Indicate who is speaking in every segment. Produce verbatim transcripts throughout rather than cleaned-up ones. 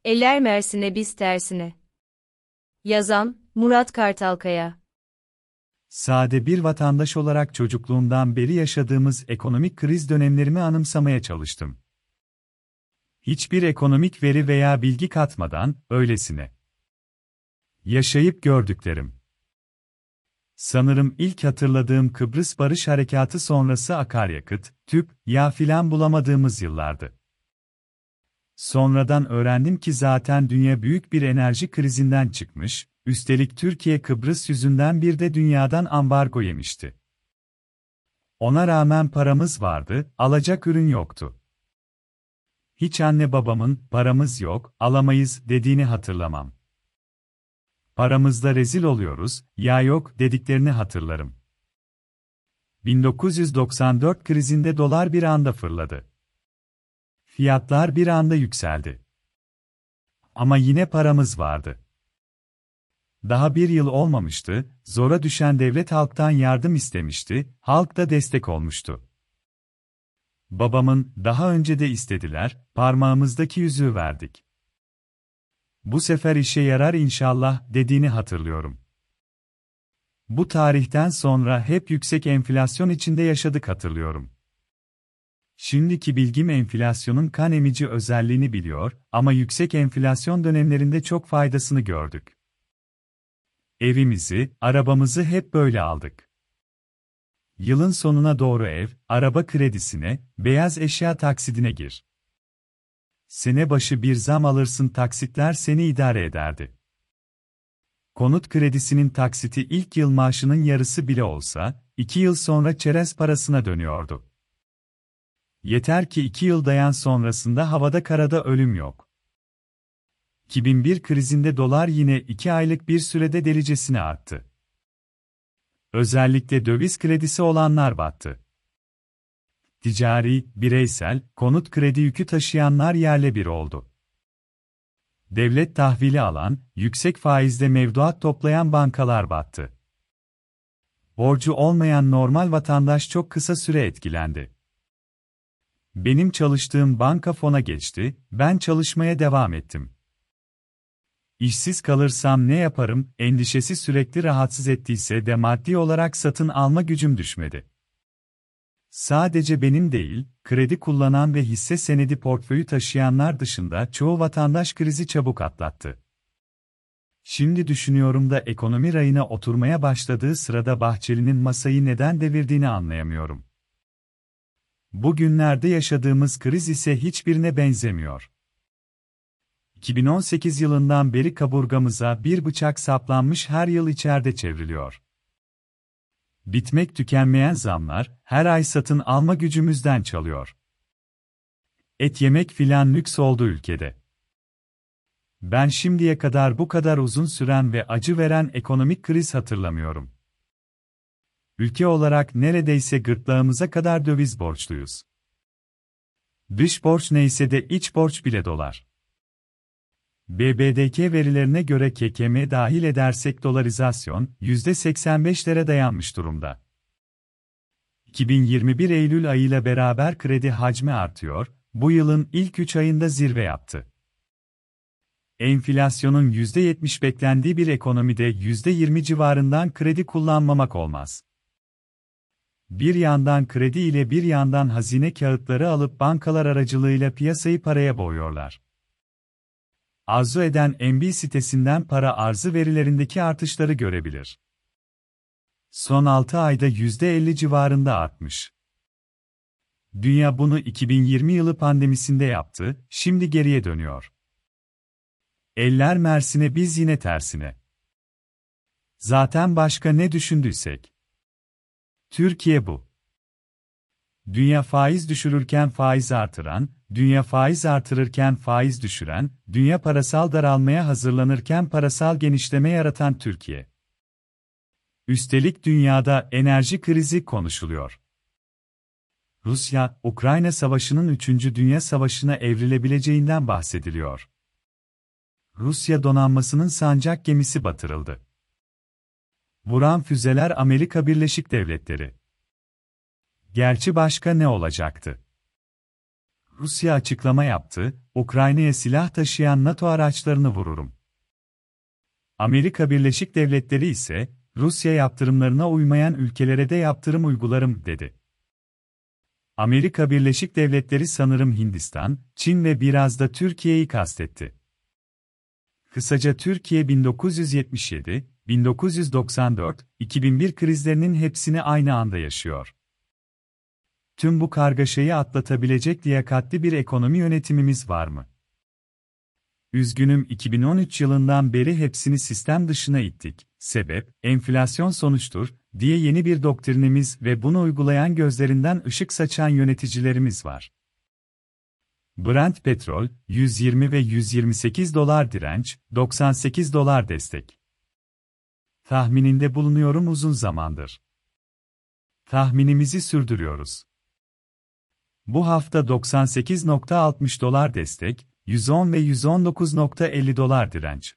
Speaker 1: Eller Mersin'e biz tersine. Yazan, Murat Kartalkaya.
Speaker 2: Sade bir vatandaş olarak çocukluğumdan beri yaşadığımız ekonomik kriz dönemlerimi anımsamaya çalıştım. Hiçbir ekonomik veri veya bilgi katmadan, öylesine. Yaşayıp gördüklerim. Sanırım ilk hatırladığım Kıbrıs Barış Harekatı sonrası akaryakıt, tüp, yağ filan bulamadığımız yıllardı. Sonradan öğrendim ki zaten dünya büyük bir enerji krizinden çıkmış, üstelik Türkiye Kıbrıs yüzünden bir de dünyadan ambargo yemişti. Ona rağmen paramız vardı, alacak ürün yoktu. Hiç anne babamın, paramız yok, alamayız dediğini hatırlamam. Paramızda rezil oluyoruz, yağ yok dediklerini hatırlarım. bin dokuz yüz doksan dört krizinde dolar bir anda fırladı. Fiyatlar bir anda yükseldi. Ama yine paramız vardı. Daha bir yıl olmamıştı, zora düşen devlet halktan yardım istemişti, halk da destek olmuştu. Babamın, daha önce de istediler, parmağımızdaki yüzüğü verdik. Bu sefer işe yarar inşallah, dediğini hatırlıyorum. Bu tarihten sonra hep yüksek enflasyon içinde yaşadık hatırlıyorum. Şimdiki bilgim enflasyonun kan emici özelliğini biliyor ama yüksek enflasyon dönemlerinde çok faydasını gördük. Evimizi, arabamızı hep böyle aldık. Yılın sonuna doğru ev, araba kredisine, beyaz eşya taksidine gir. Sene başı bir zam alırsın, taksitler seni idare ederdi. Konut kredisinin taksiti ilk yıl maaşının yarısı bile olsa, iki yıl sonra çerez parasına dönüyordu. Yeter ki iki yıl dayan, sonrasında havada karada ölüm yok. iki bin bir krizinde dolar yine iki aylık bir sürede delicesine arttı. Özellikle döviz kredisi olanlar battı. Ticari, bireysel, konut kredi yükü taşıyanlar yerle bir oldu. Devlet tahvili alan, yüksek faizle mevduat toplayan bankalar battı. Borcu olmayan normal vatandaş çok kısa süre etkilendi. Benim çalıştığım banka fona geçti, ben çalışmaya devam ettim. İşsiz kalırsam ne yaparım, endişesi sürekli rahatsız ettiyse de maddi olarak satın alma gücüm düşmedi. Sadece benim değil, kredi kullanan ve hisse senedi portföyü taşıyanlar dışında çoğu vatandaş krizi çabuk atlattı. Şimdi düşünüyorum da ekonomi rayına oturmaya başladığı sırada Bahçeli'nin masayı neden devirdiğini anlayamıyorum. Bugünlerde yaşadığımız kriz ise hiçbirine benzemiyor. iki bin on sekiz yılından beri kaburgamıza bir bıçak saplanmış, her yıl içeride çevriliyor. Bitmek tükenmeyen zamlar, her ay satın alma gücümüzden çalıyor. Et yemek filan lüks oldu ülkede. Ben şimdiye kadar bu kadar uzun süren ve acı veren ekonomik kriz hatırlamıyorum. Ülke olarak neredeyse gırtlağımıza kadar döviz borçluyuz. Dış borç neyse de iç borç bile dolar. B B D K verilerine göre K K M dahil edersek dolarizasyon yüzde seksen beşlere dayanmış durumda. iki bin yirmi bir Eylül ayıyla beraber kredi hacmi artıyor, bu yılın ilk üç ayında zirve yaptı. Enflasyonun yüzde yetmiş beklendiği bir ekonomide yüzde yirmi civarından kredi kullanmamak olmaz. Bir yandan kredi ile bir yandan hazine kağıtları alıp bankalar aracılığıyla piyasayı paraya boğuyorlar. Arzu eden N B sitesinden para arzı verilerindeki artışları görebilir. Son altı ayda yüzde elli civarında artmış. Dünya bunu iki bin yirmi yılı pandemisinde yaptı, şimdi geriye dönüyor. Eller Mersin'e biz yine tersine. Zaten başka ne düşündüysek. Türkiye bu. Dünya faiz düşürürken faiz artıran, dünya faiz artırırken faiz düşüren, dünya parasal daralmaya hazırlanırken parasal genişleme yaratan Türkiye. Üstelik dünyada enerji krizi konuşuluyor. Rusya, Ukrayna Savaşı'nın üçüncü Dünya Savaşı'na evrilebileceğinden bahsediliyor. Rusya donanmasının sancak gemisi batırıldı. Vuran füzeler Amerika Birleşik Devletleri. Gerçi başka ne olacaktı? Rusya açıklama yaptı, Ukrayna'ya silah taşıyan NATO araçlarını vururum. Amerika Birleşik Devletleri ise, Rusya yaptırımlarına uymayan ülkelere de yaptırım uygularım, dedi. Amerika Birleşik Devletleri sanırım Hindistan, Çin ve biraz da Türkiye'yi kastetti. Kısaca Türkiye bin dokuz yüz yetmiş yedi, bin dokuz yüz doksan dört, iki bin bir krizlerinin hepsini aynı anda yaşıyor. Tüm bu kargaşayı atlatabilecek liyakatli bir ekonomi yönetimimiz var mı? Üzgünüm, iki bin on üç yılından beri hepsini sistem dışına ittik. Sebep, enflasyon sonuçtur, diye yeni bir doktrinimiz ve bunu uygulayan gözlerinden ışık saçan yöneticilerimiz var. Brent petrol, yüz yirmi ve yüz yirmi sekiz dolar direnç, doksan sekiz dolar destek. Tahmininde bulunuyorum uzun zamandır. Tahminimizi sürdürüyoruz. Bu hafta doksan sekiz nokta altmış dolar destek, yüz on ve yüz on dokuz nokta elli dolar direnç.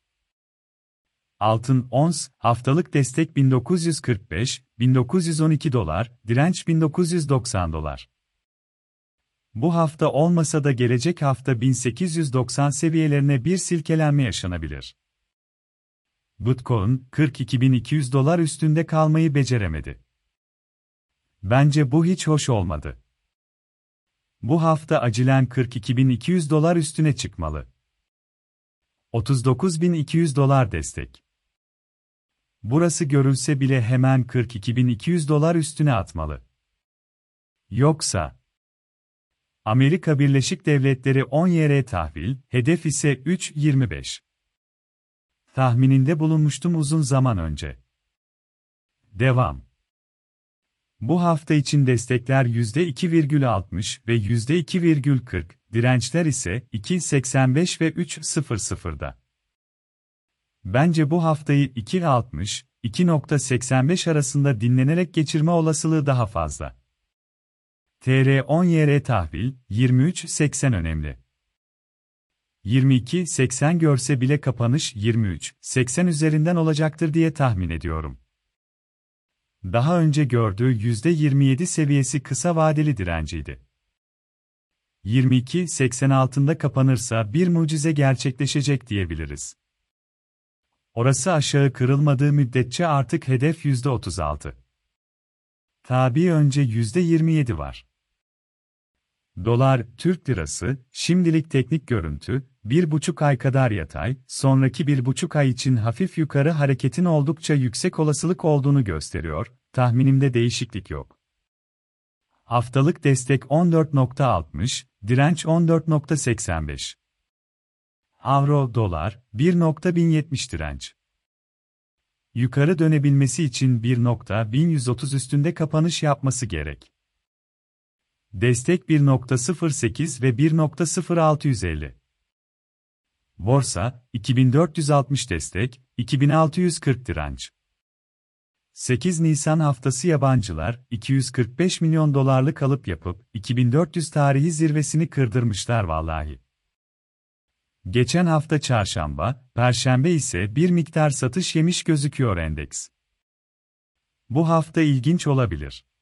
Speaker 2: Altın ons, haftalık destek bin dokuz yüz kırk beş, bin dokuz yüz on iki dolar, direnç bin dokuz yüz doksan dolar. Bu hafta olmasa da gelecek hafta bin sekiz yüz doksan seviyelerine bir silkelenme yaşanabilir. Bitcoin, kırk iki bin iki yüz dolar üstünde kalmayı beceremedi. Bence bu hiç hoş olmadı. Bu hafta acilen kırk iki bin iki yüz dolar üstüne çıkmalı. otuz dokuz bin iki yüz dolar destek. Burası görülse bile hemen kırk iki bin iki yüz dolar üstüne atmalı. Yoksa Amerika Birleşik Devletleri on Y R tahvil, hedef ise üç virgül yirmi beş. Tahmininde bulunmuştum uzun zaman önce. Devam. Bu hafta için destekler yüzde iki virgül altmış ve yüzde iki virgül kırk, dirençler ise iki virgül seksen beş ve üç virgül sıfırda. Bence bu haftayı iki virgül altmış, iki virgül seksen beş arasında dinlenerek geçirme olasılığı daha fazla. T R on Y R tahvil, yirmi üç virgül seksen önemli. yirmi iki virgül seksen görse bile kapanış yirmi üç virgül seksen üzerinden olacaktır diye tahmin ediyorum. Daha önce gördüğü yüzde yirmi yedi seviyesi kısa vadeli direnciydi. yirmi iki virgül seksen altında kapanırsa bir mucize gerçekleşecek diyebiliriz. Orası aşağı kırılmadığı müddetçe artık hedef yüzde otuz altı. Tabii önce yüzde yirmi yedi var. Dolar, Türk lirası, şimdilik teknik görüntü, bir buçuk ay kadar yatay, sonraki bir buçuk ay için hafif yukarı hareketin oldukça yüksek olasılık olduğunu gösteriyor, tahminimde değişiklik yok. Haftalık destek on dört nokta altmış, direnç on dört nokta seksen beş. Avro, dolar, bir nokta bin yetmiş direnç. Yukarı dönebilmesi için bir nokta bin yüz otuz üstünde kapanış yapması gerek. Destek bir nokta sıfır sekiz ve bir nokta sıfır altı yüz elli. Borsa, iki bin dört yüz altmış destek, iki bin altı yüz kırk direnç. sekiz Nisan haftası yabancılar, iki yüz kırk beş milyon dolarlık alıp yapıp, iki bin dört yüz tarihi zirvesini kırdırmışlar vallahi. Geçen hafta çarşamba, perşembe ise bir miktar satış yemiş gözüküyor endeks. Bu hafta ilginç olabilir.